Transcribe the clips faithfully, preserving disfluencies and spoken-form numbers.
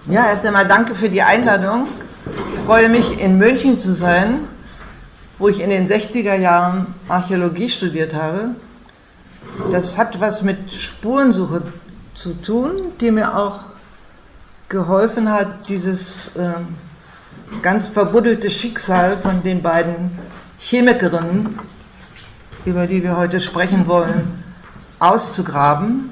Ja, erst einmal danke für die Einladung. Ich freue mich, in München zu sein, wo ich in den sechziger Jahren Archäologie studiert habe. Das hat was mit Spurensuche zu tun, die mir auch geholfen hat, dieses äh, ganz verbuddelte Schicksal von den beiden Chemikerinnen, über die wir heute sprechen wollen, auszugraben.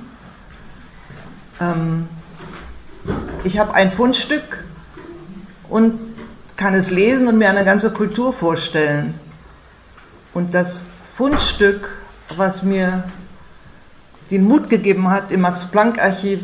Ähm, ich habe ein Fundstück und kann es lesen und mir eine ganze Kultur vorstellen. Und das Fundstück, was mir den Mut gegeben hat, im Max-Planck-Archiv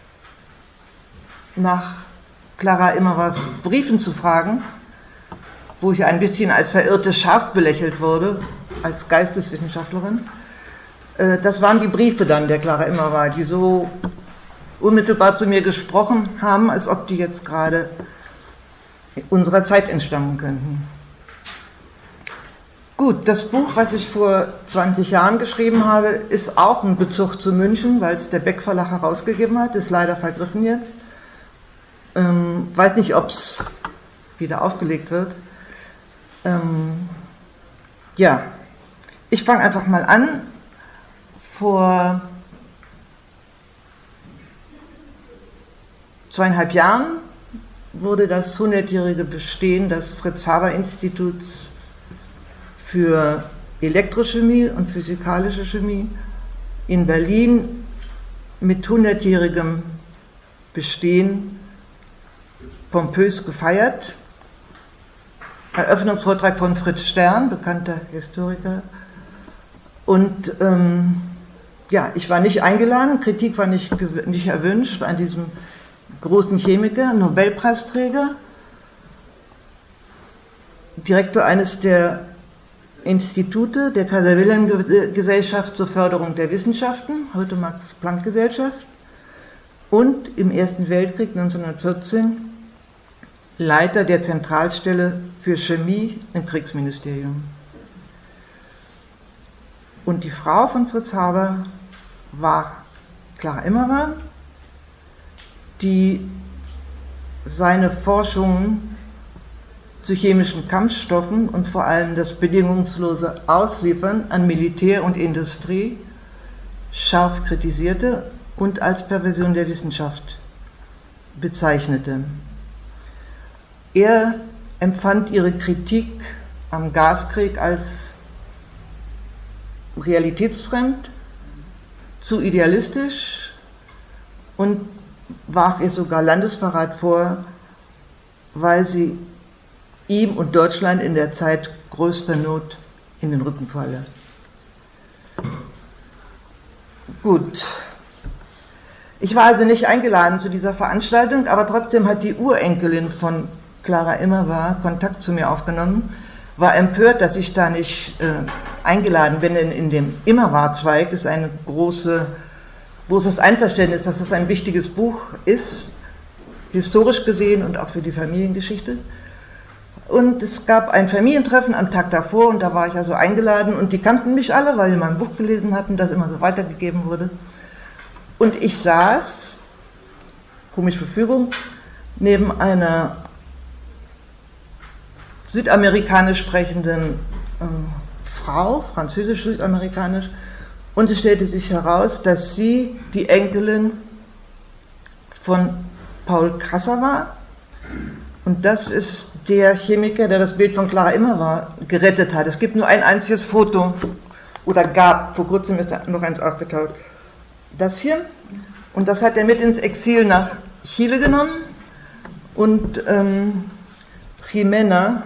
nach Clara Immerwahrs Briefen zu fragen, wo ich ein bisschen als verirrtes Schaf belächelt wurde, als Geisteswissenschaftlerin, äh, das waren die Briefe dann der Clara Immerwahr, die so unmittelbar zu mir gesprochen haben, als ob die jetzt gerade unserer Zeit entstammen könnten. Gut, das Buch, was ich vor zwanzig Jahren geschrieben habe, ist auch ein Bezug zu München, weil es der Beck Verlag herausgegeben hat, ist leider vergriffen jetzt. Ähm, weiß nicht, ob es wieder aufgelegt wird. Ähm, ja, ich fange einfach mal an. Vor zweieinhalb Jahren wurde das hundertjährige Bestehen des Fritz-Haber-Instituts für Elektrochemie und physikalische Chemie in Berlin mit hundertjährigem Bestehen pompös gefeiert. Eröffnungsvortrag von Fritz Stern, bekannter Historiker. Und ähm, ja, ich war nicht eingeladen, Kritik war nicht, nicht erwünscht an diesem großen Chemiker, Nobelpreisträger, Direktor eines der Institute der Kaiser-Wilhelm-Gesellschaft zur Förderung der Wissenschaften, heute Max-Planck-Gesellschaft, und im Ersten Weltkrieg neunzehnhundertvierzehn Leiter der Zentralstelle für Chemie im Kriegsministerium. Und die Frau von Fritz Haber war Clara Immerwahr, die seine Forschungen zu chemischen Kampfstoffen und vor allem das bedingungslose Ausliefern an Militär und Industrie scharf kritisierte und als Perversion der Wissenschaft bezeichnete. Er empfand ihre Kritik am Gaskrieg als realitätsfremd, zu idealistisch und warf ihr sogar Landesverrat vor, weil sie ihm und Deutschland in der Zeit größter Not in den Rücken falle. Gut. Ich war also nicht eingeladen zu dieser Veranstaltung, aber trotzdem hat die Urenkelin von Clara Immerwahr Kontakt zu mir aufgenommen, war empört, dass ich da nicht äh, eingeladen bin. In, in dem Immerwahr-Zweig ist ein große, großes Einverständnis, dass das ein wichtiges Buch ist, historisch gesehen und auch für die Familiengeschichte. Und es gab ein Familientreffen am Tag davor und da war ich also eingeladen und die kannten mich alle, weil sie mein Buch gelesen hatten, das immer so weitergegeben wurde. Und ich saß, komische Verfügung, neben einer südamerikanisch sprechenden äh, Frau, französisch-südamerikanisch, und es stellte sich heraus, dass sie die Enkelin von Paul Krasser war. Und das ist der Chemiker, der das Bild von Clara Immerwahr gerettet hat. Es gibt nur ein einziges Foto, oder gab, vor kurzem ist noch eins aufgetaucht. Das hier. Und das hat er mit ins Exil nach Chile genommen. Und ähm, Jimena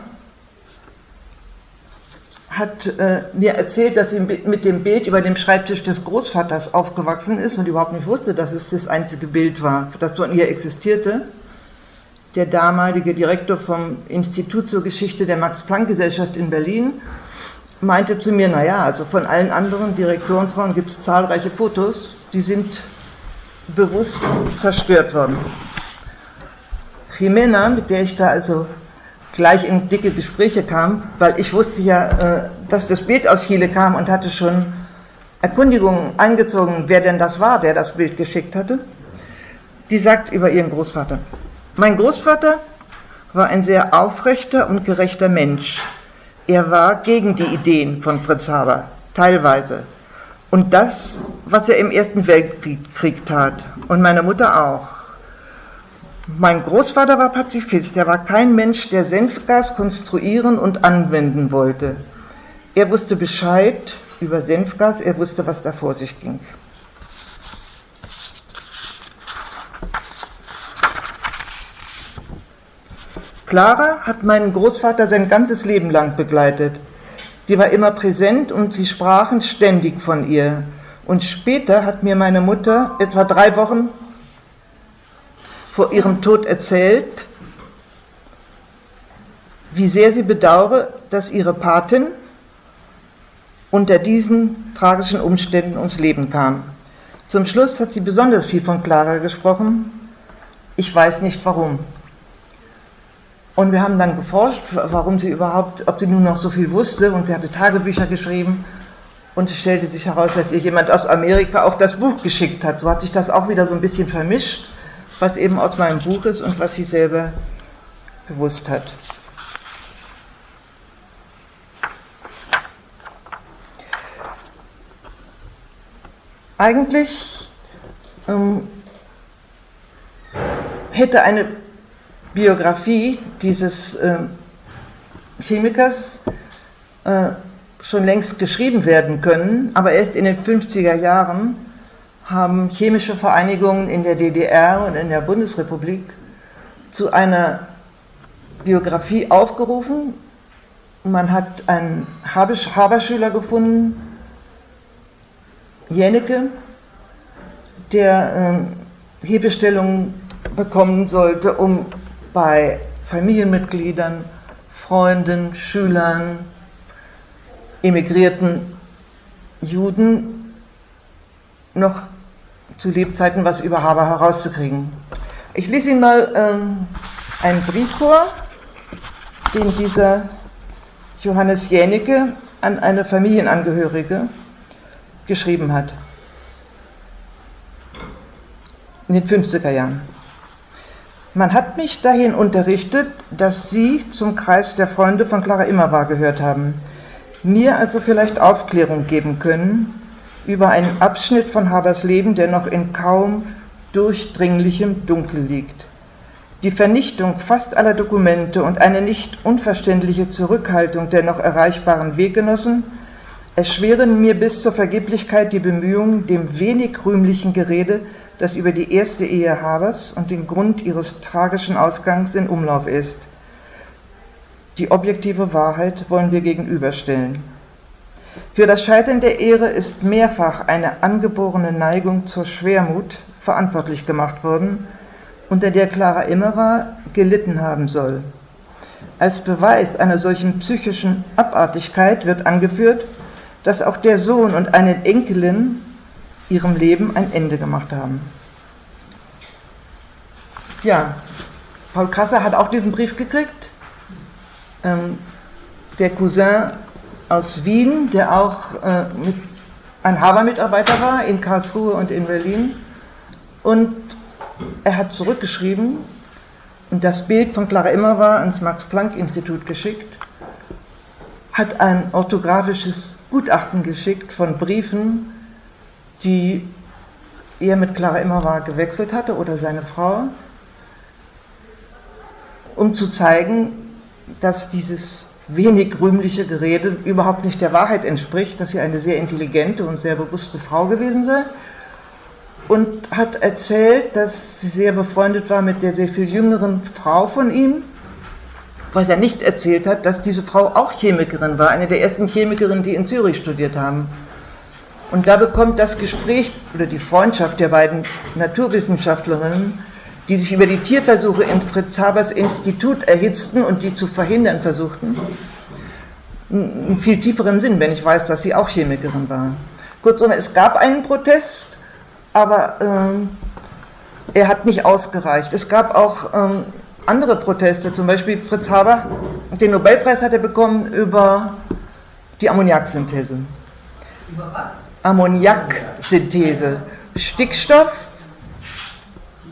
hat äh, mir erzählt, dass sie mit dem Bild über dem Schreibtisch des Großvaters aufgewachsen ist und überhaupt nicht wusste, dass es das einzige Bild war, das von ihr existierte. Der damalige Direktor vom Institut zur Geschichte der Max-Planck-Gesellschaft in Berlin meinte zu mir, naja, also von allen anderen Direktorenfrauen gibt es zahlreiche Fotos, die sind bewusst zerstört worden. Jimena, mit der ich da also gleich in dicke Gespräche kam, weil ich wusste ja, dass das Bild aus Chile kam und hatte schon Erkundigungen eingezogen, wer denn das war, der das Bild geschickt hatte. Die sagt über ihren Großvater: Mein Großvater war ein sehr aufrechter und gerechter Mensch. Er war gegen die Ideen von Fritz Haber, teilweise. Und das, was er im Ersten Weltkrieg tat. Und meine Mutter auch. Mein Großvater war Pazifist. Er war kein Mensch, der Senfgas konstruieren und anwenden wollte. Er wusste Bescheid über Senfgas, er wusste, was da vor sich ging. Clara hat meinen Großvater sein ganzes Leben lang begleitet. Sie war immer präsent und sie sprachen ständig von ihr. Und später hat mir meine Mutter etwa drei Wochen vor ihrem Tod erzählt, wie sehr sie bedauere, dass ihre Patin unter diesen tragischen Umständen ums Leben kam. Zum Schluss hat sie besonders viel von Clara gesprochen. Ich weiß nicht warum. Und wir haben dann geforscht, warum sie überhaupt, ob sie nun noch so viel wusste, und sie hatte Tagebücher geschrieben und es stellte sich heraus, dass ihr jemand aus Amerika auch das Buch geschickt hat. So hat sich das auch wieder so ein bisschen vermischt, was eben aus meinem Buch ist und was sie selber gewusst hat. Eigentlich ähm, hätte eine Biografie dieses äh, Chemikers äh, schon längst geschrieben werden können, aber erst in den fünfziger Jahren haben chemische Vereinigungen in der D D R und in der Bundesrepublik zu einer Biografie aufgerufen. Man hat einen Haber-Schüler gefunden, Jänicke, der äh, Hilfestellungen bekommen sollte, um bei Familienmitgliedern, Freunden, Schülern, emigrierten Juden noch zu Lebzeiten was über Haber herauszukriegen. Ich lese Ihnen mal ähm, einen Brief vor, den dieser Johannes Jänicke an eine Familienangehörige geschrieben hat. In den fünfziger Jahren. Man hat mich dahin unterrichtet, dass Sie zum Kreis der Freunde von Clara Immerwahr gehört haben, mir also vielleicht Aufklärung geben können über einen Abschnitt von Habers Leben, der noch in kaum durchdringlichem Dunkel liegt. Die Vernichtung fast aller Dokumente und eine nicht unverständliche Zurückhaltung der noch erreichbaren Weggenossen erschweren mir bis zur Vergeblichkeit die Bemühungen, dem wenig rühmlichen Gerede, das über die erste Ehe Habers und den Grund ihres tragischen Ausgangs in Umlauf ist. Die objektive Wahrheit wollen wir gegenüberstellen. Für das Scheitern der Ehre ist mehrfach eine angeborene Neigung zur Schwermut verantwortlich gemacht worden, unter der Clara Immerwahr gelitten haben soll. Als Beweis einer solchen psychischen Abartigkeit wird angeführt, dass auch der Sohn und eine Enkelin ihrem Leben ein Ende gemacht haben. Ja, Paul Krasser hat auch diesen Brief gekriegt. Ähm, der Cousin aus Wien, der auch äh, mit, ein Haber-Mitarbeiter war, in Karlsruhe und in Berlin. Und er hat zurückgeschrieben und das Bild von Clara Immerwahr ans Max-Planck-Institut geschickt, hat ein orthografisches Gutachten geschickt von Briefen, die er mit Clara Immerwahr gewechselt hatte oder seine Frau, um zu zeigen, dass dieses wenig rühmliche Gerede überhaupt nicht der Wahrheit entspricht, dass sie eine sehr intelligente und sehr bewusste Frau gewesen sei, und hat erzählt, dass sie sehr befreundet war mit der sehr viel jüngeren Frau von ihm, was er nicht erzählt hat, dass diese Frau auch Chemikerin war, eine der ersten Chemikerinnen, die in Zürich studiert haben. Und da bekommt das Gespräch oder die Freundschaft der beiden Naturwissenschaftlerinnen, die sich über die Tierversuche in Fritz Habers Institut erhitzten und die zu verhindern versuchten, einen viel tieferen Sinn, wenn ich weiß, dass sie auch Chemikerin war. Kurzum, es gab einen Protest, aber ähm, er hat nicht ausgereicht. Es gab auch ähm, andere Proteste, zum Beispiel Fritz Haber, den Nobelpreis hat er bekommen über die Ammoniaksynthese. Über was? Ammoniaksynthese. Stickstoff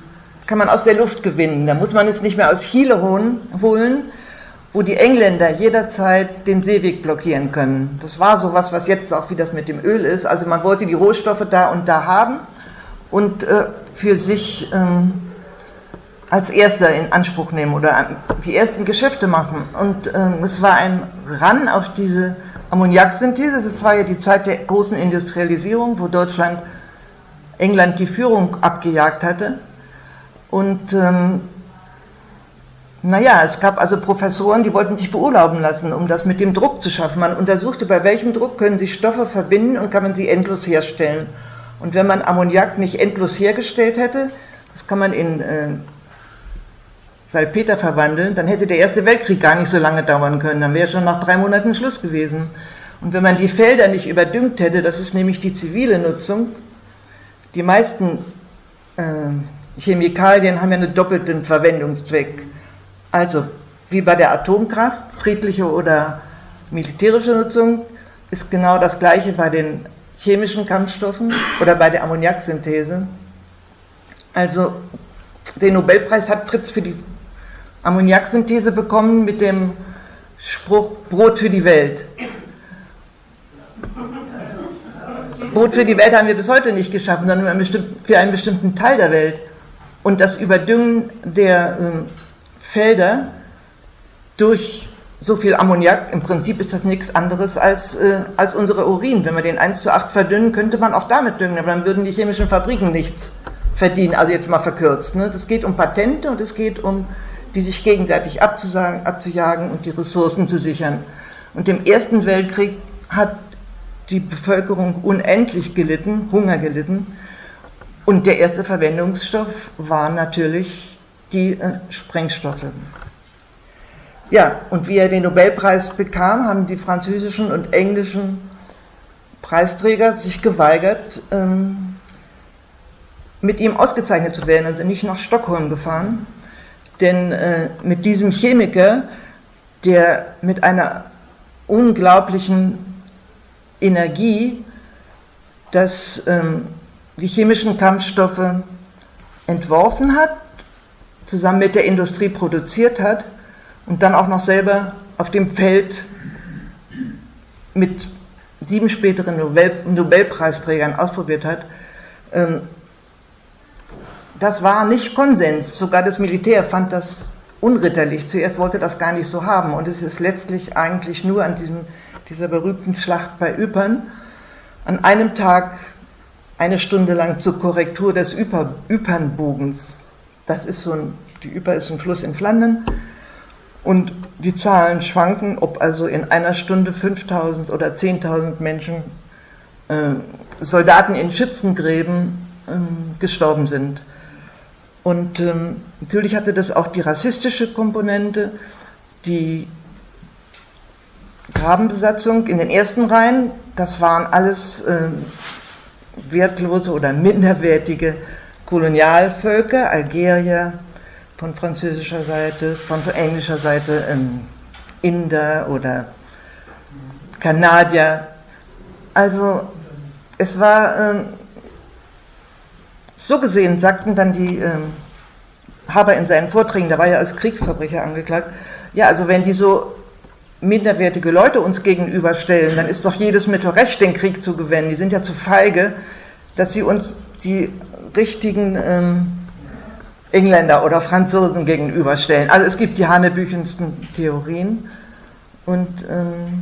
kann man aus der Luft gewinnen. Da muss man es nicht mehr aus Chile holen, holen, wo die Engländer jederzeit den Seeweg blockieren können. Das war sowas, was jetzt auch wie das mit dem Öl ist. Also man wollte die Rohstoffe da und da haben und äh, für sich ähm, als Erster in Anspruch nehmen oder die ersten Geschäfte machen. Und ähm, es war ein Ran auf diese Ammoniaksynthese. Das war ja die Zeit der großen Industrialisierung, wo Deutschland England die Führung abgejagt hatte. Und ähm, naja, es gab also Professoren, die wollten sich beurlauben lassen, um das mit dem Druck zu schaffen. Man untersuchte, bei welchem Druck können sich Stoffe verbinden und kann man sie endlos herstellen. Und wenn man Ammoniak nicht endlos hergestellt hätte, das kann man in äh, Salpeter verwandeln, dann hätte der Erste Weltkrieg gar nicht so lange dauern können, dann wäre schon nach drei Monaten Schluss gewesen. Und wenn man die Felder nicht überdüngt hätte, das ist nämlich die zivile Nutzung, die meisten äh, Chemikalien haben ja einen doppelten Verwendungszweck. Also, wie bei der Atomkraft, friedliche oder militärische Nutzung, ist genau das Gleiche bei den chemischen Kampfstoffen oder bei der Ammoniaksynthese. Also, den Nobelpreis hat Fritz für die Ammoniaksynthese bekommen mit dem Spruch Brot für die Welt. Brot für die Welt haben wir bis heute nicht geschaffen, sondern für einen bestimmten Teil der Welt. Und das Überdüngen der äh, Felder durch so viel Ammoniak, im Prinzip ist das nichts anderes als, äh, als unsere Urin. Wenn wir den eins zu acht verdünnen, könnte man auch damit düngen, aber dann würden die chemischen Fabriken nichts verdienen, also jetzt mal verkürzt. Ne? Das geht um Patente und es geht um, die sich gegenseitig abzusagen, abzujagen und die Ressourcen zu sichern. Und im Ersten Weltkrieg hat die Bevölkerung unendlich gelitten, Hunger gelitten. Und der erste Verwendungsstoff war natürlich die äh, Sprengstoffe. Ja, und wie er den Nobelpreis bekam, haben die französischen und englischen Preisträger sich geweigert, ähm, mit ihm ausgezeichnet zu werden und sind nicht nach Stockholm gefahren. Denn äh, mit diesem Chemiker, der mit einer unglaublichen Energie das, ähm, die chemischen Kampfstoffe entworfen hat, zusammen mit der Industrie produziert hat und dann auch noch selber auf dem Feld mit sieben späteren Nobel Nobelpreisträgern ausprobiert hat, ähm, das war nicht Konsens. Sogar das Militär fand das unritterlich. Zuerst wollte das gar nicht so haben. Und es ist letztlich eigentlich nur an diesem, dieser berühmten Schlacht bei Ypern an einem Tag eine Stunde lang zur Korrektur des Yper, Ypernbogens. Das ist so ein, die Yper ist ein Fluss in Flandern. Und die Zahlen schwanken, ob also in einer Stunde fünftausend oder zehntausend Menschen, äh, Soldaten in Schützengräben äh, gestorben sind. Und ähm, natürlich hatte das auch die rassistische Komponente, die Grabenbesatzung in den ersten Reihen, das waren alles äh, wertlose oder minderwertige Kolonialvölker, Algerier von französischer Seite, von englischer Seite ähm, Inder oder Kanadier. Also es war ähm, so gesehen, sagten dann die ähm, Haber in seinen Vorträgen, da war ja als Kriegsverbrecher angeklagt, ja, also wenn die so minderwertige Leute uns gegenüberstellen, dann ist doch jedes Mittel recht, den Krieg zu gewinnen. Die sind ja zu feige, dass sie uns die richtigen ähm, Engländer oder Franzosen gegenüberstellen. Also es gibt die hanebüchensten Theorien und ähm,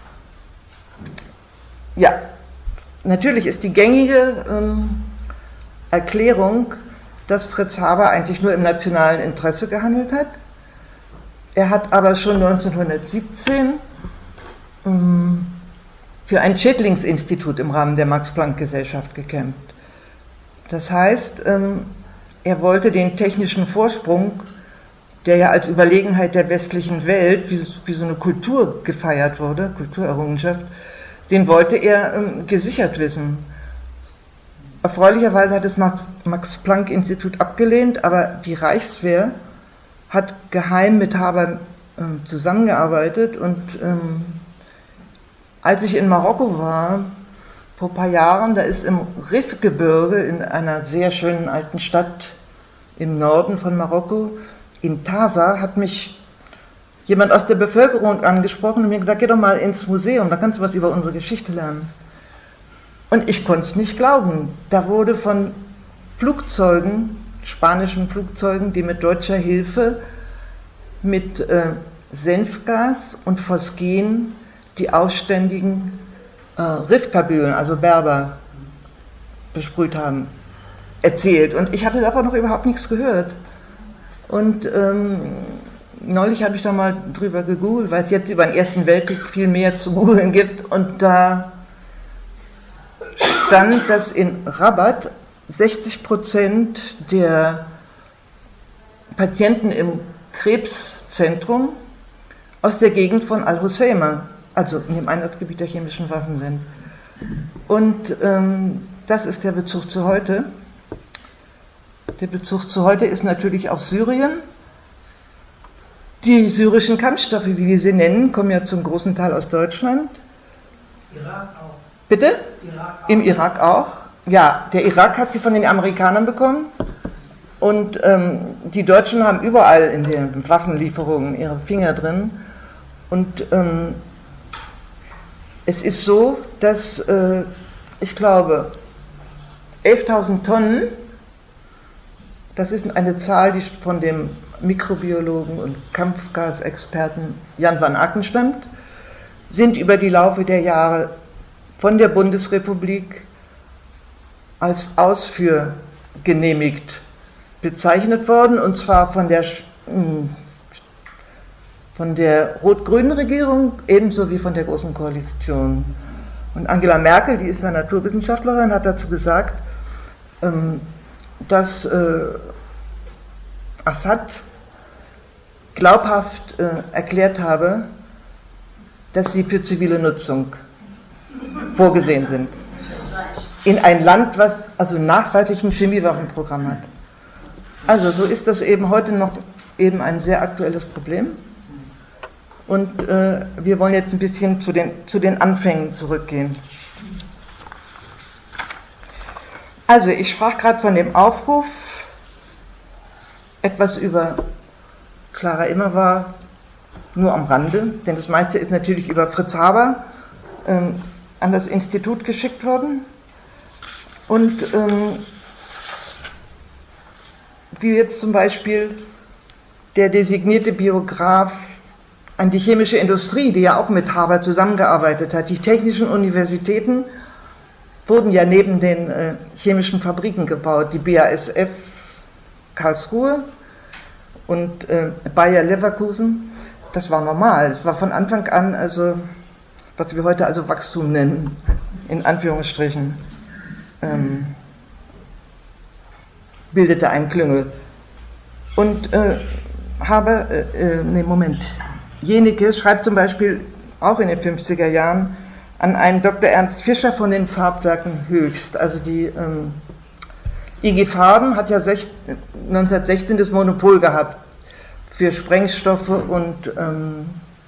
ja, natürlich ist die gängige ähm, Erklärung, dass Fritz Haber eigentlich nur im nationalen Interesse gehandelt hat. Er hat aber schon neunzehnhundertsiebzehn ähm, für ein Schädlingsinstitut im Rahmen der Max-Planck-Gesellschaft gekämpft. Das heißt, ähm, er wollte den technischen Vorsprung, der ja als Überlegenheit der westlichen Welt, wie, wie so eine Kultur gefeiert wurde, Kulturerrungenschaft, den wollte er ähm, gesichert wissen. Erfreulicherweise hat das Max-Planck-Institut abgelehnt, aber die Reichswehr hat geheim mit Haber äh, zusammengearbeitet und ähm, als ich in Marokko war, vor ein paar Jahren, da ist im Rifgebirge in einer sehr schönen alten Stadt im Norden von Marokko, in Taza, hat mich jemand aus der Bevölkerung angesprochen und mir gesagt, geh doch mal ins Museum, da kannst du was über unsere Geschichte lernen. Und ich konnte es nicht glauben. Da wurde von Flugzeugen, spanischen Flugzeugen, die mit deutscher Hilfe mit äh, Senfgas und Phosgen die aufständigen äh, Rifkabylen, also Berber, besprüht haben, erzählt. Und ich hatte davon noch überhaupt nichts gehört. Und ähm, neulich habe ich da mal drüber gegoogelt, weil es jetzt über den Ersten Weltkrieg viel mehr zu googeln gibt. Und da stand, dass in Rabat sechzig Prozent der Patienten im Krebszentrum aus der Gegend von Al-Hoceima, also in dem Einsatzgebiet der chemischen Waffen sind. Und ähm, das ist der Bezug zu heute. Der Bezug zu heute ist natürlich auch Syrien. Die syrischen Kampfstoffe, wie wir sie nennen, kommen ja zum großen Teil aus Deutschland. Irak auch. Bitte? Irak auch. Im Irak auch. Ja, der Irak hat sie von den Amerikanern bekommen. Und ähm, die Deutschen haben überall in den Waffenlieferungen ihre Finger drin. Und ähm, es ist so, dass äh, ich glaube, elftausend Tonnen, das ist eine Zahl, die von dem Mikrobiologen und Kampfgasexperten Jan van Aken stammt, sind über die Laufe der Jahre von der Bundesrepublik als Ausfuhr genehmigt bezeichnet worden, und zwar von der, von der rot-grünen Regierung ebenso wie von der Großen Koalition. Und Angela Merkel, die ist ja Naturwissenschaftlerin, hat dazu gesagt, dass Assad glaubhaft erklärt habe, dass sie für zivile Nutzung vorgesehen sind. In ein Land, was also nachweislich ein Chemiewaffenprogramm hat. Also so ist das eben heute noch eben ein sehr aktuelles Problem. Und äh, wir wollen jetzt ein bisschen zu den, zu den Anfängen zurückgehen. Also ich sprach gerade von dem Aufruf, etwas über Clara Immerwahr nur am Rande, denn das meiste ist natürlich über Fritz Haber ähm, an das Institut geschickt worden. Und ähm, wie jetzt zum Beispiel der designierte Biograf an die chemische Industrie, die ja auch mit Haber zusammengearbeitet hat. Die technischen Universitäten wurden ja neben den äh, chemischen Fabriken gebaut, die B A S F Karlsruhe und äh, Bayer Leverkusen. Das war normal, es war von Anfang an, also was wir heute also Wachstum nennen, in Anführungsstrichen, ähm, bildete ein Klüngel. Und äh, Haber, äh, äh, nee, Moment, Jenecke schreibt zum Beispiel auch in den fünfziger Jahren an einen Doktor Ernst Fischer von den Farbwerken Höchst. Also die ähm, I G Farben hat ja neunzehnhundertsechzehn das Monopol gehabt für Sprengstoffe und ähm,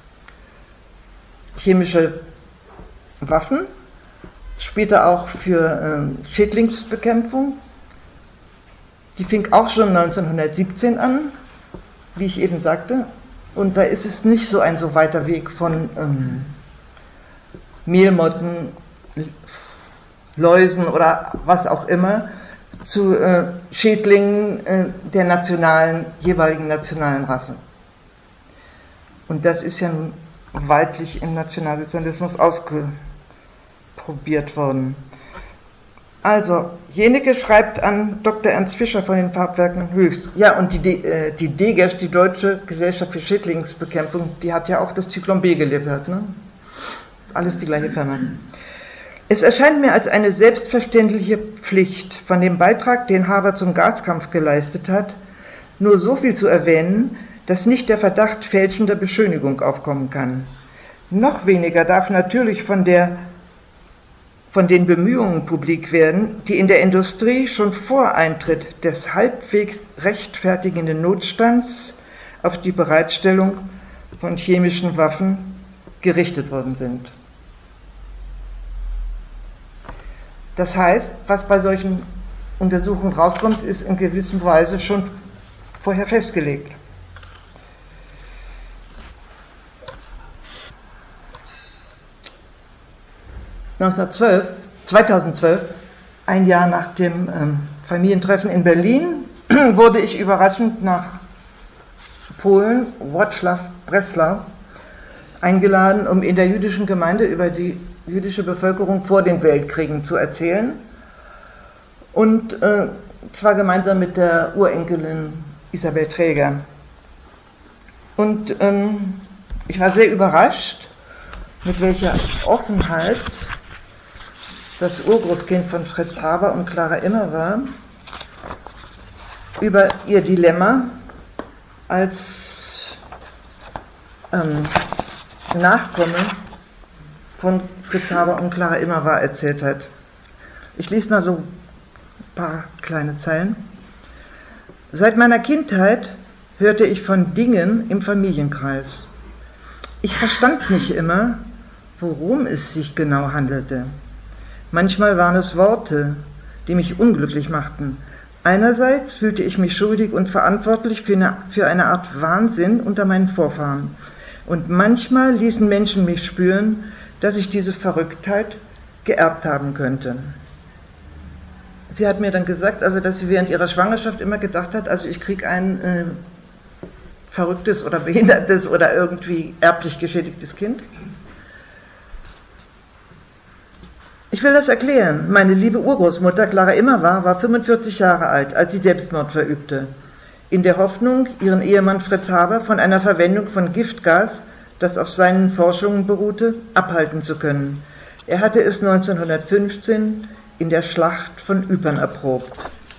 chemische Waffen, später auch für ähm, Schädlingsbekämpfung. Die fing auch schon neunzehnhundertsiebzehn an, wie ich eben sagte. Und da ist es nicht so ein so weiter Weg von ähm, Mehlmotten, Läusen oder was auch immer zu äh, Schädlingen äh, der nationalen, jeweiligen nationalen Rasse. Und das ist ja weitlich im Nationalsozialismus ausprobiert worden. Also, Jenecke schreibt an Doktor Ernst Fischer von den Farbwerken Höchst. Ja, und die, äh, die DGEST, die Deutsche Gesellschaft für Schädlingsbekämpfung, die hat ja auch das Zyklon B geliefert, ne? Ist alles die gleiche Firma. Es erscheint mir als eine selbstverständliche Pflicht, von dem Beitrag, den Haber zum Gaskampf geleistet hat, nur so viel zu erwähnen, dass nicht der Verdacht fälschender Beschönigung aufkommen kann. Noch weniger darf natürlich von der von den Bemühungen publik werden, die in der Industrie schon vor Eintritt des halbwegs rechtfertigenden Notstands auf die Bereitstellung von chemischen Waffen gerichtet worden sind. Das heißt, was bei solchen Untersuchung rauskommt, ist in gewisser Weise schon vorher festgelegt. neunzehnhundertzwölf, zweitausendzwölf, ein Jahr nach dem ähm, Familientreffen in Berlin, wurde ich überraschend nach Polen, Wrocław, Breslau, eingeladen, um in der jüdischen Gemeinde über die jüdische Bevölkerung vor den Weltkriegen zu erzählen. Und äh, zwar gemeinsam mit der Urenkelin Isabel Träger. Und ähm, ich war sehr überrascht, mit welcher Offenheit das Urgroßkind von Fritz Haber und Clara Immerwahr über ihr Dilemma als ähm, Nachkomme von Fritz Haber und Clara Immerwahr erzählt hat. Ich lese mal so ein paar kleine Zeilen. Seit meiner Kindheit hörte ich von Dingen im Familienkreis. Ich verstand nicht immer, worum es sich genau handelte. Manchmal waren es Worte, die mich unglücklich machten. Einerseits fühlte ich mich schuldig und verantwortlich für eine, für eine Art Wahnsinn unter meinen Vorfahren. Und manchmal ließen Menschen mich spüren, dass ich diese Verrücktheit geerbt haben könnte. Sie hat mir dann gesagt, also dass sie während ihrer Schwangerschaft immer gedacht hat, also ich kriege ein äh, verrücktes oder behindertes oder irgendwie erblich geschädigtes Kind. Ich will das erklären. Meine liebe Urgroßmutter Clara Immerwahr war fünfundvierzig Jahre alt, als sie Selbstmord verübte, in der Hoffnung, ihren Ehemann Fritz Haber von einer Verwendung von Giftgas, das auf seinen Forschungen beruhte, abhalten zu können. Er hatte es neunzehnhundertfünfzehn in der Schlacht von Ypern erprobt.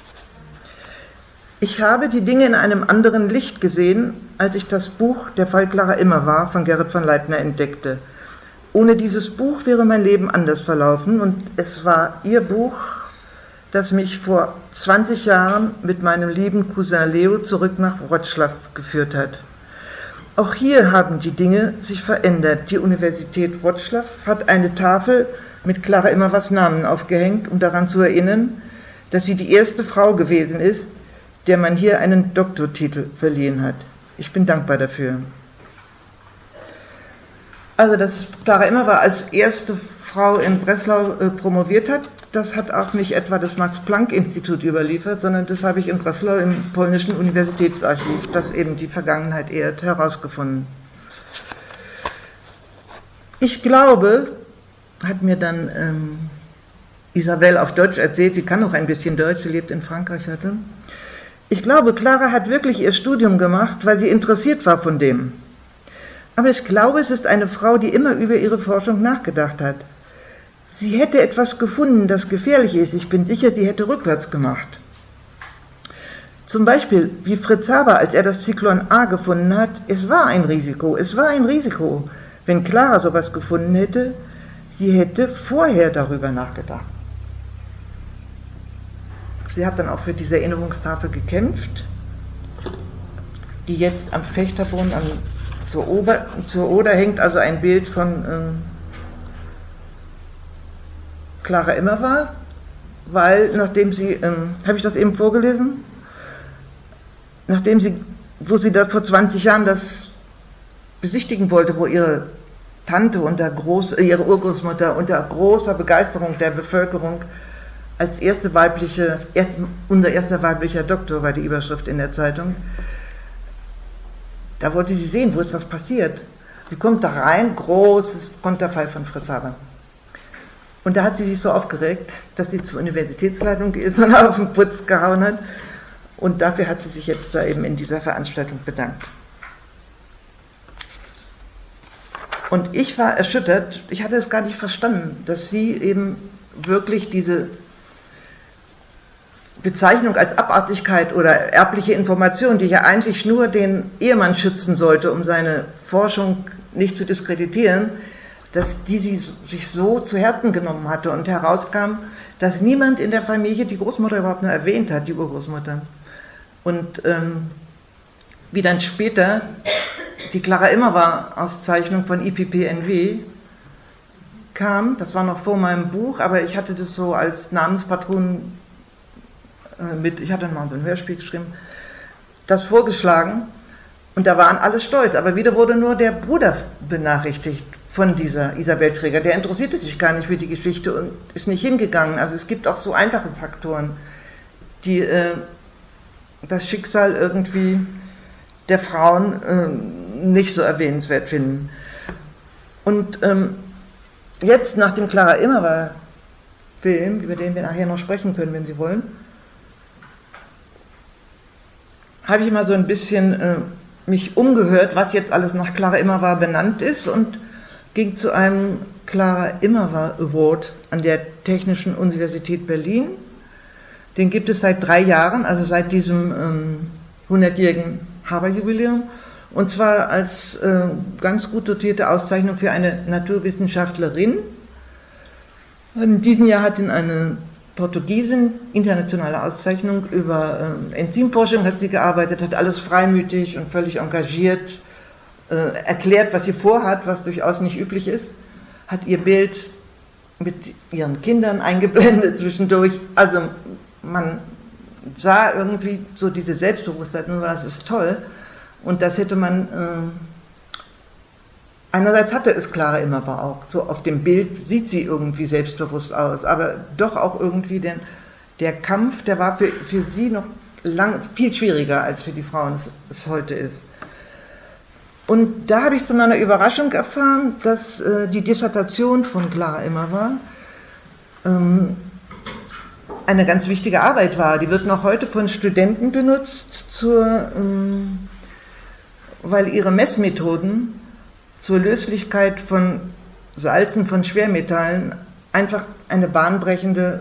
Ich habe die Dinge in einem anderen Licht gesehen, als ich das Buch Der Fall Clara Immerwahr von Gerrit von Leitner entdeckte. Ohne dieses Buch wäre mein Leben anders verlaufen und es war ihr Buch, das mich vor zwanzig Jahren mit meinem lieben Cousin Leo zurück nach Wrocław geführt hat. Auch hier haben die Dinge sich verändert. Die Universität Wrocław hat eine Tafel mit Clara Immerwahrs Namen aufgehängt, um daran zu erinnern, dass sie die erste Frau gewesen ist, der man hier einen Doktortitel verliehen hat. Ich bin dankbar dafür. Also, dass Clara Immerwahr als erste Frau in Breslau äh, promoviert hat, das hat auch nicht etwa das Max-Planck-Institut überliefert, sondern das habe ich in Breslau im polnischen Universitätsarchiv, das eben die Vergangenheit ehrt, herausgefunden. Ich glaube, hat mir dann ähm, Isabel auf Deutsch erzählt, sie kann auch ein bisschen Deutsch, sie lebt in Frankreich heute. Ich glaube, Clara hat wirklich ihr Studium gemacht, weil sie interessiert war von dem. Aber ich glaube, es ist eine Frau, die immer über ihre Forschung nachgedacht hat. Sie hätte etwas gefunden, das gefährlich ist. Ich bin sicher, sie hätte rückwärts gemacht. Zum Beispiel, wie Fritz Haber, als er das Zyklon A gefunden hat, es war ein Risiko, es war ein Risiko. Wenn Clara sowas gefunden hätte, sie hätte vorher darüber nachgedacht. Sie hat dann auch für diese Erinnerungstafel gekämpft, die jetzt am Fechterbrunnen am Zur, Ober, zur Oder hängt, also ein Bild von ähm, Clara Immerwahr, weil nachdem sie, ähm, habe ich das eben vorgelesen, nachdem sie, wo sie da vor zwanzig Jahren das besichtigen wollte, wo ihre Tante unter groß, ihre Urgroßmutter unter großer Begeisterung der Bevölkerung als erste weibliche, erst, unser erster weiblicher Doktor war die Überschrift in der Zeitung. Da wollte sie sehen, wo ist was passiert. Sie kommt da rein, großes Konterfei von Fritz Haber. Und da hat sie sich so aufgeregt, dass sie zur Universitätsleitung ist und auf den Putz gehauen hat. Und dafür hat sie sich jetzt da eben in dieser Veranstaltung bedankt. Und ich war erschüttert, ich hatte es gar nicht verstanden, dass sie eben wirklich diese Bezeichnung als Abartigkeit oder erbliche Information, die ja eigentlich nur den Ehemann schützen sollte, um seine Forschung nicht zu diskreditieren, dass die sie sich so zu Herzen genommen hatte und herauskam, dass niemand in der Familie die Großmutter überhaupt nur erwähnt hat, die Urgroßmutter. Und ähm, wie dann später die Clara Immerwahr-Auszeichnung von I P P N W kam, das war noch vor meinem Buch, aber ich hatte das so als Namenspatron äh, mit, ich hatte mal so ein Hörspiel geschrieben, das vorgeschlagen und da waren alle stolz, aber wieder wurde nur der Bruder benachrichtigt von dieser Isabel Träger. Der interessierte sich gar nicht für die Geschichte und ist nicht hingegangen. Also es gibt auch so einfache Faktoren, die äh, das Schicksal irgendwie der Frauen äh, nicht so erwähnenswert finden. Und ähm, jetzt nach dem Clara Immerwahr Film, über den wir nachher noch sprechen können, wenn Sie wollen, habe ich mal so ein bisschen äh, mich umgehört, was jetzt alles nach Clara Immerwahr benannt ist und ging zu einem Clara Immerwahr Award an der Technischen Universität Berlin. Den gibt es seit drei Jahren, also seit diesem ähm, hundertjährigen Haber-Jubiläum, und zwar als äh, ganz gut dotierte Auszeichnung für eine Naturwissenschaftlerin. In diesem Jahr hat ihn eine Portugiesin internationale Auszeichnung über äh, Enzymforschung hat sie gearbeitet, hat alles freimütig und völlig engagiert äh, erklärt, was sie vorhat, was durchaus nicht üblich ist, hat ihr Bild mit ihren Kindern eingeblendet zwischendurch. Also man sah irgendwie so diese Selbstbewusstheit, nur das ist toll. Und das hätte man, äh, einerseits hatte es Clara Immerwahr auch, so auf dem Bild sieht sie irgendwie selbstbewusst aus, aber doch auch irgendwie den, der Kampf, der war für, für sie noch lang, viel schwieriger, als für die Frauen es, es heute ist. Und da habe ich zu meiner Überraschung erfahren, dass äh, die Dissertation von Clara Immerwahr ähm, eine ganz wichtige Arbeit war. Die wird noch heute von Studenten benutzt, zur, ähm, weil ihre Messmethoden zur Löslichkeit von Salzen, von Schwermetallen einfach eine bahnbrechende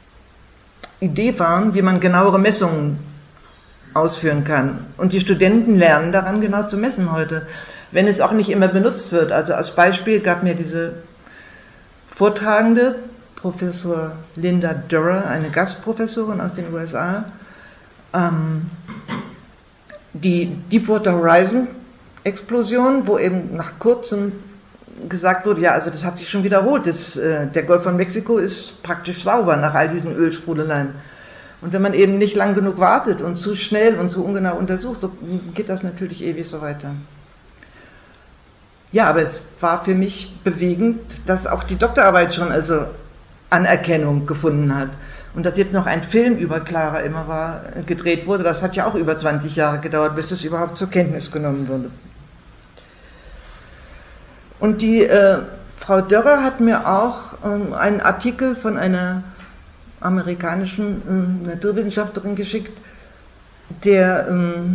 Idee waren, wie man genauere Messungen ausführen kann. Und die Studenten lernen daran, genau zu messen heute, wenn es auch nicht immer benutzt wird. Also als Beispiel gab mir diese Vortragende, Professor Linda Durer, eine Gastprofessorin aus den U S A, ähm, die Deepwater Horizon Explosion, wo eben nach kurzem gesagt wurde, ja, also das hat sich schon wiederholt, das, äh, der Golf von Mexiko ist praktisch sauber nach all diesen Ölsprudeleien. Und wenn man eben nicht lang genug wartet und zu schnell und zu ungenau untersucht, so geht das natürlich ewig so weiter. Ja, aber es war für mich bewegend, dass auch die Doktorarbeit schon also Anerkennung gefunden hat. Und dass jetzt noch ein Film über Clara Immerwahr gedreht wurde, das hat ja auch über zwanzig Jahre gedauert, bis das überhaupt zur Kenntnis genommen wurde. Und die äh, Frau Dörrer hat mir auch ähm, einen Artikel von einer amerikanischen äh, Naturwissenschaftlerin geschickt, der ähm,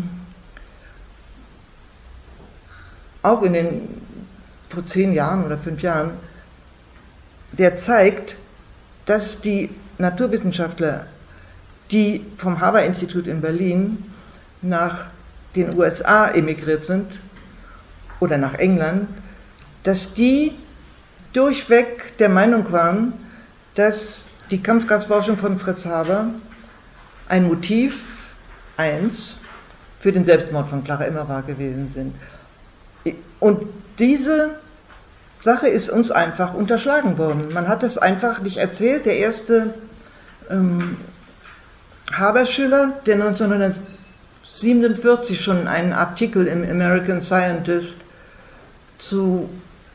auch in den, vor zehn Jahren oder fünf Jahren, der zeigt, dass die Naturwissenschaftler, die vom Haber-Institut in Berlin nach den U S A emigriert sind oder nach England, dass die durchweg der Meinung waren, dass die Kampfgasforschung von Fritz Haber ein Motiv, eins, für den Selbstmord von Clara Immerwahr gewesen sind. Und diese Sache ist uns einfach unterschlagen worden. Man hat es einfach nicht erzählt. Der erste ähm, Haber-Schüler, der neunzehnhundertsiebenundvierzig schon einen Artikel im American Scientist zu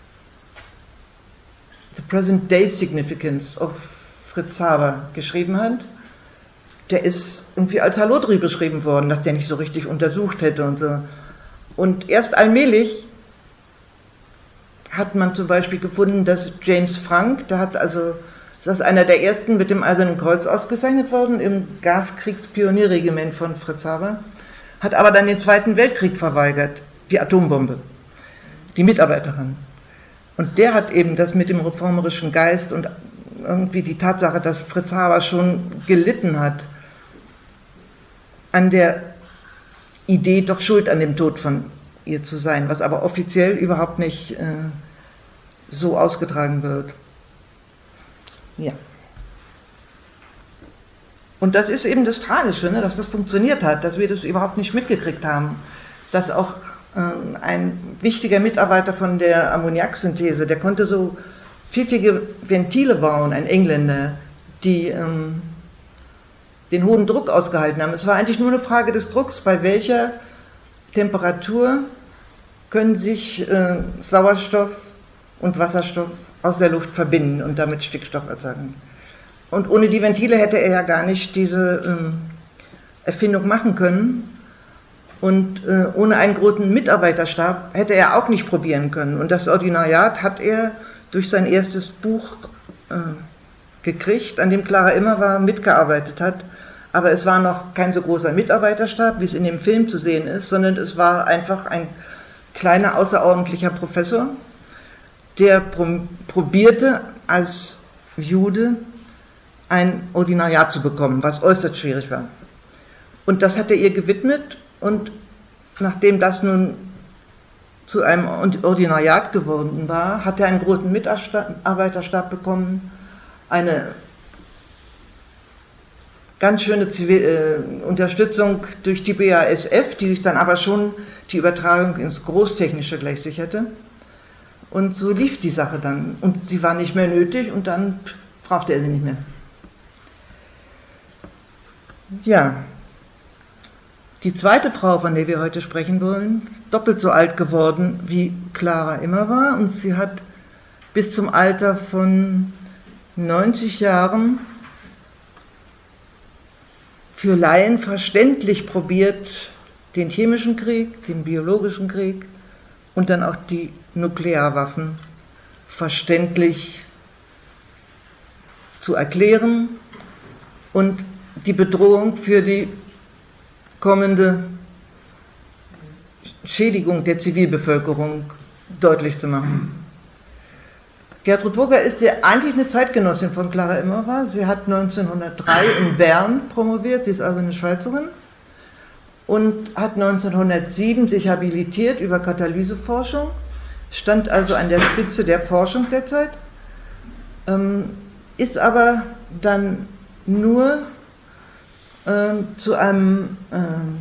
The Present Day Significance of Fritz Haber geschrieben hat, der ist irgendwie als Hallodri beschrieben worden, dass der nicht so richtig untersucht hätte und so. Und erst allmählich hat man zum Beispiel gefunden, dass James Franck, der hat also, das ist einer der ersten mit dem Eisernen Kreuz ausgezeichnet worden im Gaskriegspionierregiment von Fritz Haber, hat aber dann den Zweiten Weltkrieg verweigert, die Atombombe, die Mitarbeiterin. Und der hat eben das mit dem reformerischen Geist und irgendwie die Tatsache, dass Fritz Haber schon gelitten hat an der Idee, doch schuld an dem Tod von ihr zu sein, was aber offiziell überhaupt nicht äh, so ausgetragen wird. Ja. Und das ist eben das Tragische, ne, dass das funktioniert hat, dass wir das überhaupt nicht mitgekriegt haben, dass auch äh, ein wichtiger Mitarbeiter von der Ammoniaksynthese, der konnte so pfiffige Ventile bauen, ein Engländer, die ähm, den hohen Druck ausgehalten haben. Es war eigentlich nur eine Frage des Drucks, bei welcher Temperatur können sich äh, Sauerstoff und Wasserstoff aus der Luft verbinden und damit Stickstoff erzeugen. Und ohne die Ventile hätte er ja gar nicht diese ähm, Erfindung machen können. Und äh, ohne einen großen Mitarbeiterstab hätte er auch nicht probieren können. Und das Ordinariat hat er durch sein erstes Buch äh, gekriegt, an dem Clara Immerwahr mitgearbeitet hat. Aber es war noch kein so großer Mitarbeiterstab, wie es in dem Film zu sehen ist, sondern es war einfach ein kleiner, außerordentlicher Professor, der pro- probierte, als Jude ein Ordinariat zu bekommen, was äußerst schwierig war. Und das hat er ihr gewidmet, und nachdem das nun zu einem Ordinariat geworden war, hat er einen großen Mitarbeiterstab bekommen, eine ganz schöne Zivil- äh, Unterstützung durch die B A S F, die sich dann aber schon die Übertragung ins Großtechnische gleich sicherte. Und so lief die Sache dann. Und sie war nicht mehr nötig, und dann brauchte er sie nicht mehr. Ja, die zweite Frau, von der wir heute sprechen wollen, ist doppelt so alt geworden wie Clara Immerwahr, und sie hat bis zum Alter von neunzig Jahren für Laien verständlich probiert, den chemischen Krieg, den biologischen Krieg und dann auch die Nuklearwaffen verständlich zu erklären und die Bedrohung für die kommende Schädigung der Zivilbevölkerung deutlich zu machen. Gertrud Woger ist ja eigentlich eine Zeitgenossin von Clara Immerwahr. Sie hat neunzehnhundertdrei in Bern promoviert, sie ist also eine Schweizerin, und hat neunzehnhundertsieben sich habilitiert über Katalyseforschung, stand also an der Spitze der Forschung der Zeit, ähm, ist aber dann nur ähm, zu einem ähm,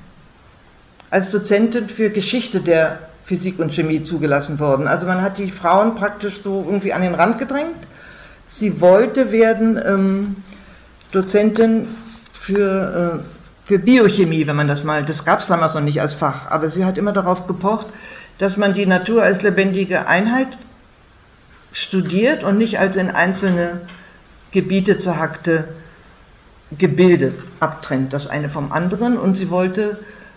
als Dozentin für Geschichte der Physik und Chemie zugelassen worden. Also man hat die Frauen praktisch so irgendwie an den Rand gedrängt. Sie wollte werden ähm, Dozentin für, äh, für Biochemie, wenn man das mal, das gab es damals noch nicht als Fach, aber sie hat immer darauf gepocht, dass man die Natur als lebendige Einheit studiert und nicht als in einzelne Gebiete zerhackte Gebilde abtrennt, das eine vom anderen. Und sie wollte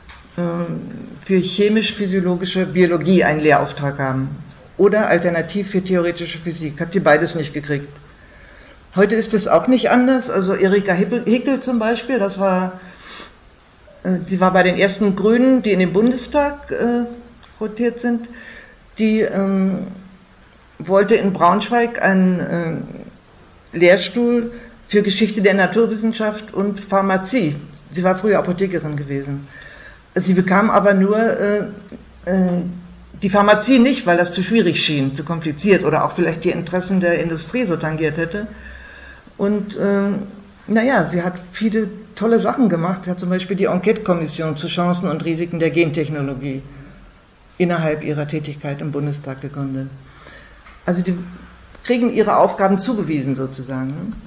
für chemisch-physiologische Biologie einen Lehrauftrag haben oder alternativ für theoretische Physik. Hat sie beides nicht gekriegt. Heute ist es auch nicht anders. Also Erika Hickel zum Beispiel, das war, äh, sie war bei den ersten Grünen, die in den Bundestag äh, rotiert sind, die ähm, wollte in Braunschweig einen äh, Lehrstuhl für Geschichte der Naturwissenschaft und Pharmazie. Sie war früher Apothekerin gewesen. Sie bekam aber nur äh, äh, die Pharmazie nicht, weil das zu schwierig schien, zu kompliziert oder auch vielleicht die Interessen der Industrie so tangiert hätte. Und äh, naja, sie hat viele tolle Sachen gemacht. Sie hat zum Beispiel die Enquete-Kommission zu Chancen und Risiken der Gentechnologie innerhalb ihrer Tätigkeit im Bundestag gegründet. Also die kriegen ihre Aufgaben zugewiesen sozusagen.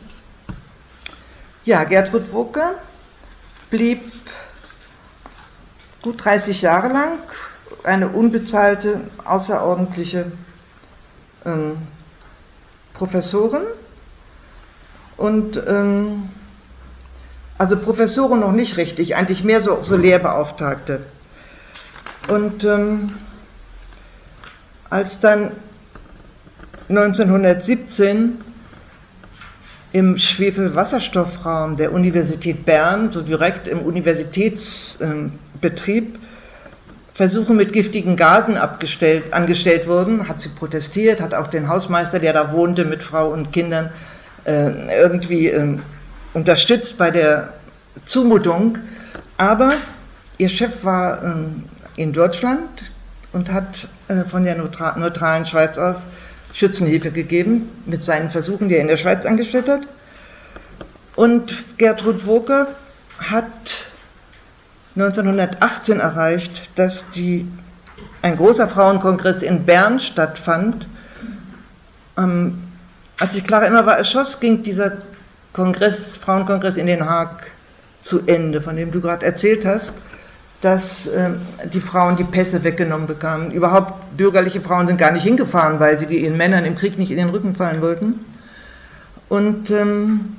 Ja, Gertrud Woger blieb gut dreißig Jahre lang eine unbezahlte, außerordentliche ähm, Professorin und ähm, also Professorin noch nicht richtig, eigentlich mehr so, so Lehrbeauftragte. Und ähm, als dann neunzehnhundertsiebzehn im Schwefelwasserstoffraum der Universität Bern, so direkt im Universitätsbetrieb, Versuche mit giftigen Gasen abgestellt, angestellt wurden, hat sie protestiert, hat auch den Hausmeister, der da wohnte mit Frau und Kindern, äh, irgendwie äh, unterstützt bei der Zumutung. Aber ihr Chef war äh, in Deutschland und hat äh, von der neutralen Schweiz aus Schützenhilfe gegeben mit seinen Versuchen, die er in der Schweiz angestellt hat. Und Gertrud Woger hat neunzehnhundertachtzehn erreicht, dass die, ein großer Frauenkongress in Bern stattfand. Ähm, als sich Clara Immerwahr erschoss, ging dieser Kongress, Frauenkongress in Den Haag zu Ende, von dem du gerade erzählt hast, dass äh, die Frauen die Pässe weggenommen bekamen. Überhaupt bürgerliche Frauen sind gar nicht hingefahren, weil sie die ihren Männern im Krieg nicht in den Rücken fallen wollten. Und ähm,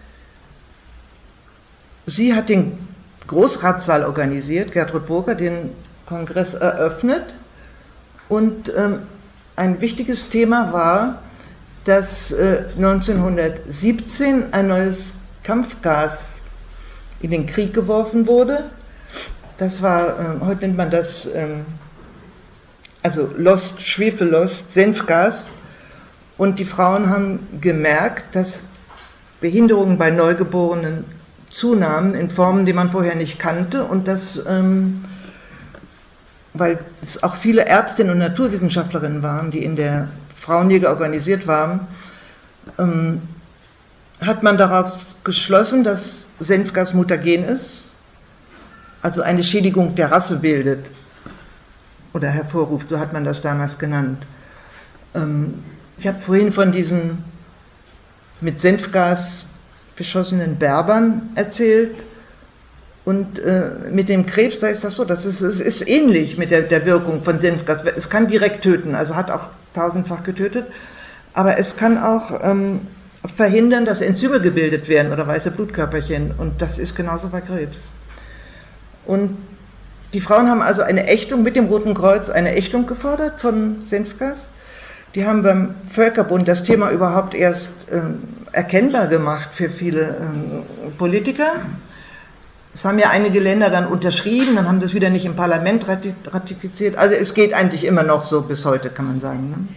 sie hat den Großratssaal organisiert, Gertrud Burger, den Kongress eröffnet. Und ähm, ein wichtiges Thema war, dass äh, neunzehnhundertsiebzehn ein neues Kampfgas in den Krieg geworfen wurde. Das war, äh, heute nennt man das, ähm, also Lost, Schwefellost, Senfgas. Und die Frauen haben gemerkt, dass Behinderungen bei Neugeborenen zunahmen in Formen, die man vorher nicht kannte, und dass, ähm, weil es auch viele Ärztinnen und Naturwissenschaftlerinnen waren, die in der Frauenliga organisiert waren, ähm, hat man darauf geschlossen, dass Senfgas mutagen ist, also eine Schädigung der Rasse bildet oder hervorruft, so hat man das damals genannt. Ähm, ich habe vorhin von diesen mit Senfgas beschossenen Berbern erzählt, und äh, mit dem Krebs, da ist das so, das ist, es ist ähnlich mit der, der Wirkung von Senfgas. Es kann direkt töten, also hat auch tausendfach getötet, aber es kann auch ähm, verhindern, dass Enzyme gebildet werden oder weiße Blutkörperchen, und das ist genauso bei Krebs. Und die Frauen haben also eine Ächtung mit dem Roten Kreuz, eine Ächtung gefordert von Senfgas. Die haben beim Völkerbund das Thema überhaupt erst ähm, erkennbar gemacht für viele ähm, Politiker. Es haben ja einige Länder dann unterschrieben, dann haben sie es wieder nicht im Parlament ratifiziert. Also es geht eigentlich immer noch so bis heute, kann man sagen. Ne?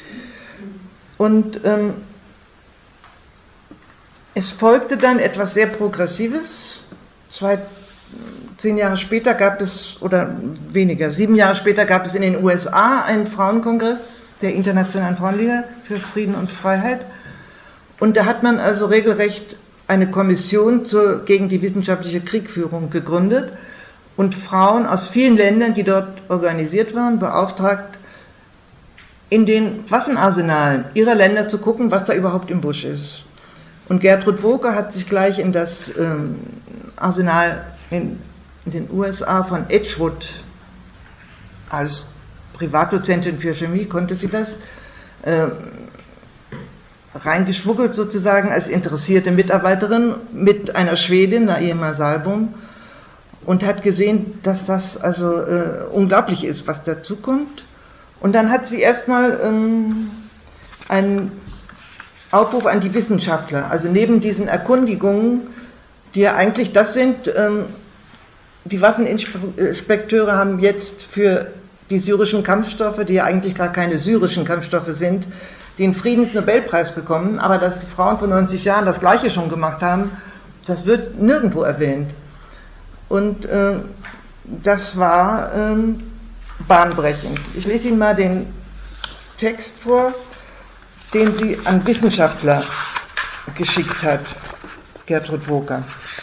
Und ähm, es folgte dann etwas sehr Progressives. Zwei, zehn Jahre später gab es, oder weniger, sieben Jahre später gab es in den U S A einen Frauenkongress der Internationalen Frauenliga für Frieden und Freiheit. Und da hat man also regelrecht eine Kommission zur, gegen die wissenschaftliche Kriegführung gegründet und Frauen aus vielen Ländern, die dort organisiert waren, beauftragt, in den Waffenarsenalen ihrer Länder zu gucken, was da überhaupt im Busch ist. Und Gertrud Burger hat sich gleich in das ähm, Arsenal in, in den U S A von Edgewood, als Privatdozentin für Chemie konnte sie das, äh, reingeschmuggelt sozusagen als interessierte Mitarbeiterin mit einer Schwedin, Naima Salbom, und hat gesehen, dass das also äh, unglaublich ist, was dazu kommt. Und dann hat sie erstmal ähm, einen Aufruf an die Wissenschaftler, also neben diesen Erkundigungen, die ja eigentlich das sind, ähm, die Waffeninspekteure haben jetzt für die syrischen Kampfstoffe, die ja eigentlich gar keine syrischen Kampfstoffe sind, den Friedensnobelpreis bekommen, aber dass die Frauen vor neunzig Jahren das Gleiche schon gemacht haben, das wird nirgendwo erwähnt. Und äh, das war ähm, bahnbrechend. Ich lese Ihnen mal den Text vor, den sie an Wissenschaftler geschickt hat, Gertrud Burger.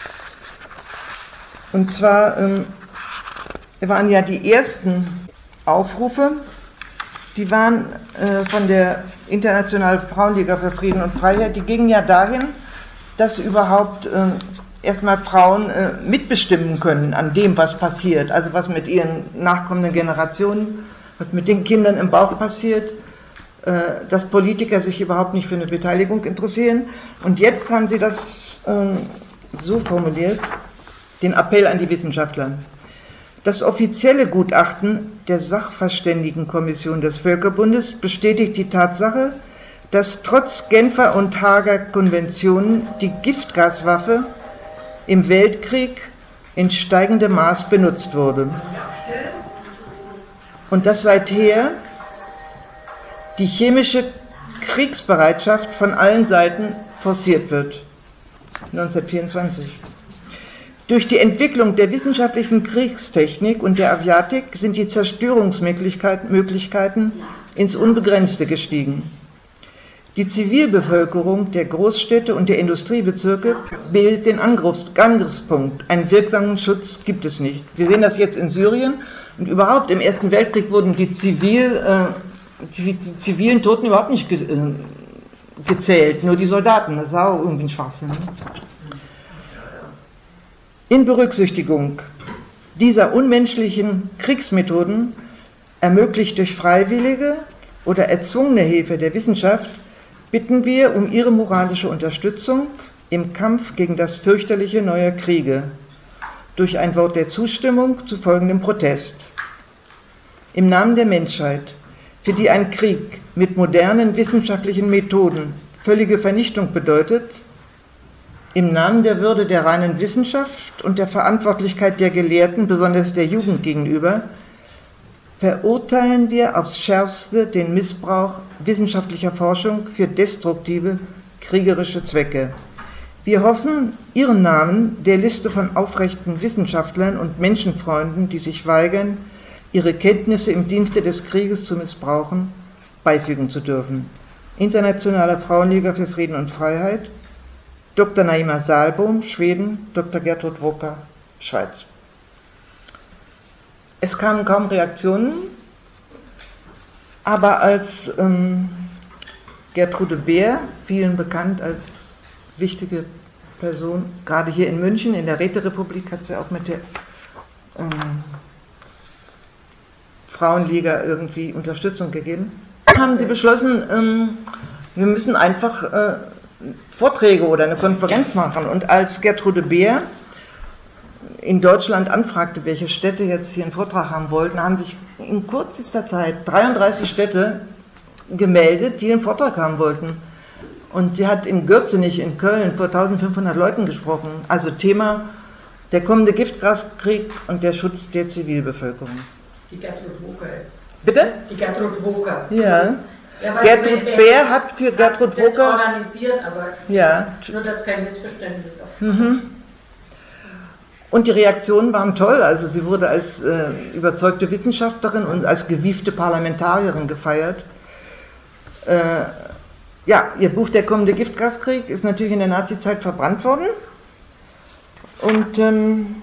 Und zwar ähm, waren ja die ersten Aufrufe, die waren äh, von der Internationalen Frauenliga für Frieden und Freiheit, die gingen ja dahin, dass überhaupt äh, erstmal Frauen äh, mitbestimmen können an dem, was passiert, also was mit ihren nachkommenden Generationen, was mit den Kindern im Bauch passiert, äh, dass Politiker sich überhaupt nicht für eine Beteiligung interessieren. Und jetzt haben sie das äh, so formuliert, den Appell an die Wissenschaftler. Das offizielle Gutachten der Sachverständigenkommission des Völkerbundes bestätigt die Tatsache, dass trotz Genfer und Haager Konventionen die Giftgaswaffe im Weltkrieg in steigendem Maß benutzt wurde und dass seither die chemische Kriegsbereitschaft von allen Seiten forciert wird. neunzehnhundertvierundzwanzig. Durch die Entwicklung der wissenschaftlichen Kriegstechnik und der Aviatik sind die Zerstörungsmöglichkeiten ins Unbegrenzte gestiegen. Die Zivilbevölkerung der Großstädte und der Industriebezirke bildet den Angriffs- Angriffspunkt. Einen wirksamen Schutz gibt es nicht. Wir sehen das jetzt in Syrien und überhaupt im Ersten Weltkrieg wurden die, Zivil, äh, die zivilen Toten überhaupt nicht ge äh, gezählt, nur die Soldaten. Das war auch irgendwie ein Schwachsinn. In Berücksichtigung dieser unmenschlichen Kriegsmethoden, ermöglicht durch freiwillige oder erzwungene Hilfe der Wissenschaft, bitten wir um Ihre moralische Unterstützung im Kampf gegen das fürchterliche neue Kriege durch ein Wort der Zustimmung zu folgendem Protest. Im Namen der Menschheit, für die ein Krieg mit modernen wissenschaftlichen Methoden völlige Vernichtung bedeutet, im Namen der Würde der reinen Wissenschaft und der Verantwortlichkeit der Gelehrten, besonders der Jugend gegenüber, verurteilen wir aufs Schärfste den Missbrauch wissenschaftlicher Forschung für destruktive, kriegerische Zwecke. Wir hoffen, Ihren Namen der Liste von aufrechten Wissenschaftlern und Menschenfreunden, die sich weigern, ihre Kenntnisse im Dienste des Krieges zu missbrauchen, beifügen zu dürfen. Internationale Frauenliga für Frieden und Freiheit, Doktor Naima Sahlbohm, Schweden, Doktor Gertrud Woka, Schweiz. Es kamen kaum Reaktionen, aber als ähm, Gertrude Beer, vielen bekannt als wichtige Person, gerade hier in München, in der Räterepublik, hat sie auch mit der ähm, Frauenliga irgendwie Unterstützung gegeben, haben sie beschlossen, ähm, wir müssen einfach äh, Vorträge oder eine Konferenz machen. Und als Gertrude Beer in Deutschland anfragte, welche Städte jetzt hier einen Vortrag haben wollten, haben sich in kürzester Zeit dreiunddreißig Städte gemeldet, die einen Vortrag haben wollten. Und sie hat in Gürzenich in Köln vor eintausendfünfhundert Leuten gesprochen. Also Thema der kommende Giftgaskrieg und der Schutz der Zivilbevölkerung. Die Gertrud Woka jetzt. Bitte? Die Gertrud Woka. Ja. Ja, Gertrud Beer hat für Gertrud das Woka organisiert, aber ja. nur, dass kein Missverständnis auf. Mhm. Und die Reaktionen waren toll. Also sie wurde als äh, überzeugte Wissenschaftlerin und als gewiefte Parlamentarierin gefeiert. Äh, ja, ihr Buch Der kommende Giftgaskrieg ist natürlich in der Nazizeit verbrannt worden. Und ähm,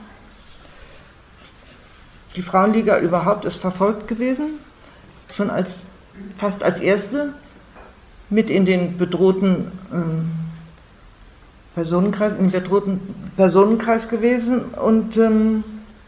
die Frauenliga überhaupt ist verfolgt gewesen, schon als fast als erste mit in den bedrohten ähm, Personenkreis, in den bedrohten Personenkreis gewesen. Und ähm,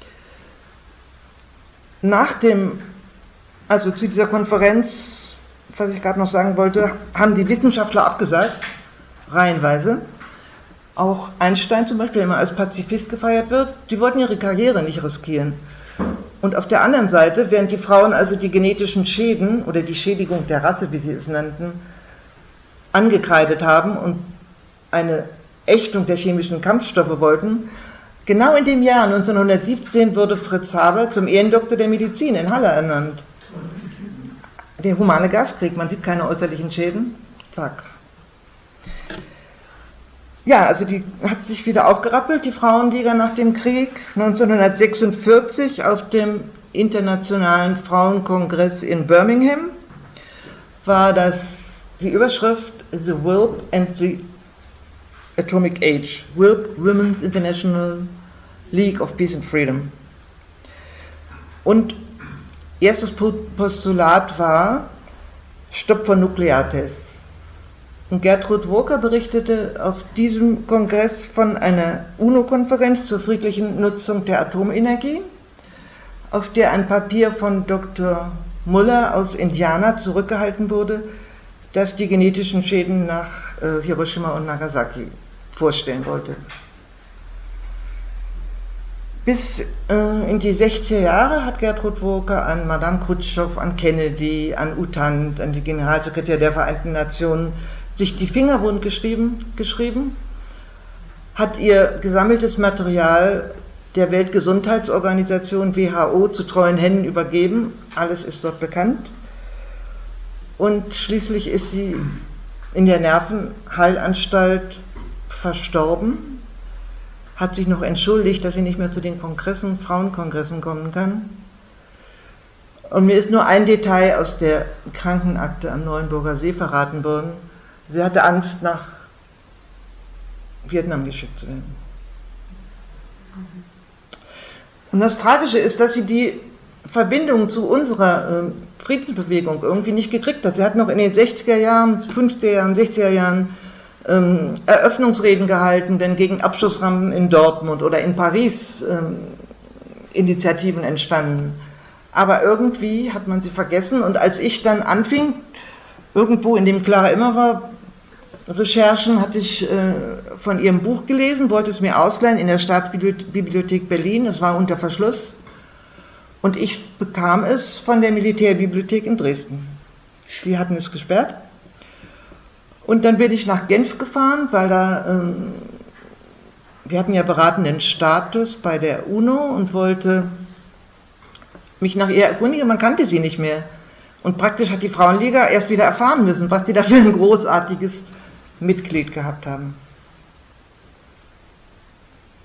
nach dem, also zu dieser Konferenz, was ich gerade noch sagen wollte, haben die Wissenschaftler abgesagt, reihenweise. Auch Einstein zum Beispiel, der immer als Pazifist gefeiert wird, die wollten ihre Karriere nicht riskieren. Und auf der anderen Seite, während die Frauen also die genetischen Schäden oder die Schädigung der Rasse, wie sie es nannten, angekreidet haben und eine Ächtung der chemischen Kampfstoffe wollten, genau in dem Jahr neunzehnhundertsiebzehn wurde Fritz Haber zum Ehrendoktor der Medizin in Halle ernannt. Der humane Gaskrieg, man sieht keine äußerlichen Schäden, zack. Ja, also die hat sich wieder aufgerappelt, die Frauenliga nach dem Krieg. neunzehnhundertsechsundvierzig auf dem Internationalen Frauenkongress in Birmingham war das die Überschrift The W I L P and the Atomic Age, W I L P, Women's International League of Peace and Freedom. Und erstes Postulat war Stopp von Nukleartests. Und Gertrud Woka berichtete auf diesem Kongress von einer UNO-Konferenz zur friedlichen Nutzung der Atomenergie, auf der ein Papier von Doktor Muller aus Indiana zurückgehalten wurde, das die genetischen Schäden nach äh, Hiroshima und Nagasaki vorstellen wollte. Bis äh, in die sechziger Jahre hat Gertrud Woka an Madame Khrushchev, an Kennedy, an U Thant, an die Generalsekretär der Vereinten Nationen sich die Finger wund geschrieben, geschrieben, hat ihr gesammeltes Material der Weltgesundheitsorganisation W H O zu treuen Händen übergeben, alles ist dort bekannt, und schließlich ist sie in der Nervenheilanstalt verstorben, hat sich noch entschuldigt, dass sie nicht mehr zu den Kongressen, Frauenkongressen kommen kann. Und mir ist nur ein Detail aus der Krankenakte am Neuenburger See verraten worden. Sie hatte Angst, nach Vietnam geschickt zu werden. Und das Tragische ist, dass sie die Verbindung zu unserer äh, Friedensbewegung irgendwie nicht gekriegt hat. Sie hat noch in den sechziger Jahren, fünfziger Jahren, sechziger Jahren ähm, Eröffnungsreden gehalten, wenn gegen Abschussrampen in Dortmund oder in Paris ähm, Initiativen entstanden. Aber irgendwie hat man sie vergessen, und als ich dann anfing, irgendwo in dem Clara Immerer Recherchen, hatte ich äh, von ihrem Buch gelesen, wollte es mir ausleihen in der Staatsbibliothek Berlin, es war unter Verschluss, und ich bekam es von der Militärbibliothek in Dresden. Die hatten es gesperrt. Und dann bin ich nach Genf gefahren, weil da, ähm, wir hatten ja beratenden Status bei der UNO und wollte mich nach ihr erkundigen, man kannte sie nicht mehr. Und praktisch hat die Frauenliga erst wieder erfahren müssen, was die da für ein großartiges Mitglied gehabt haben.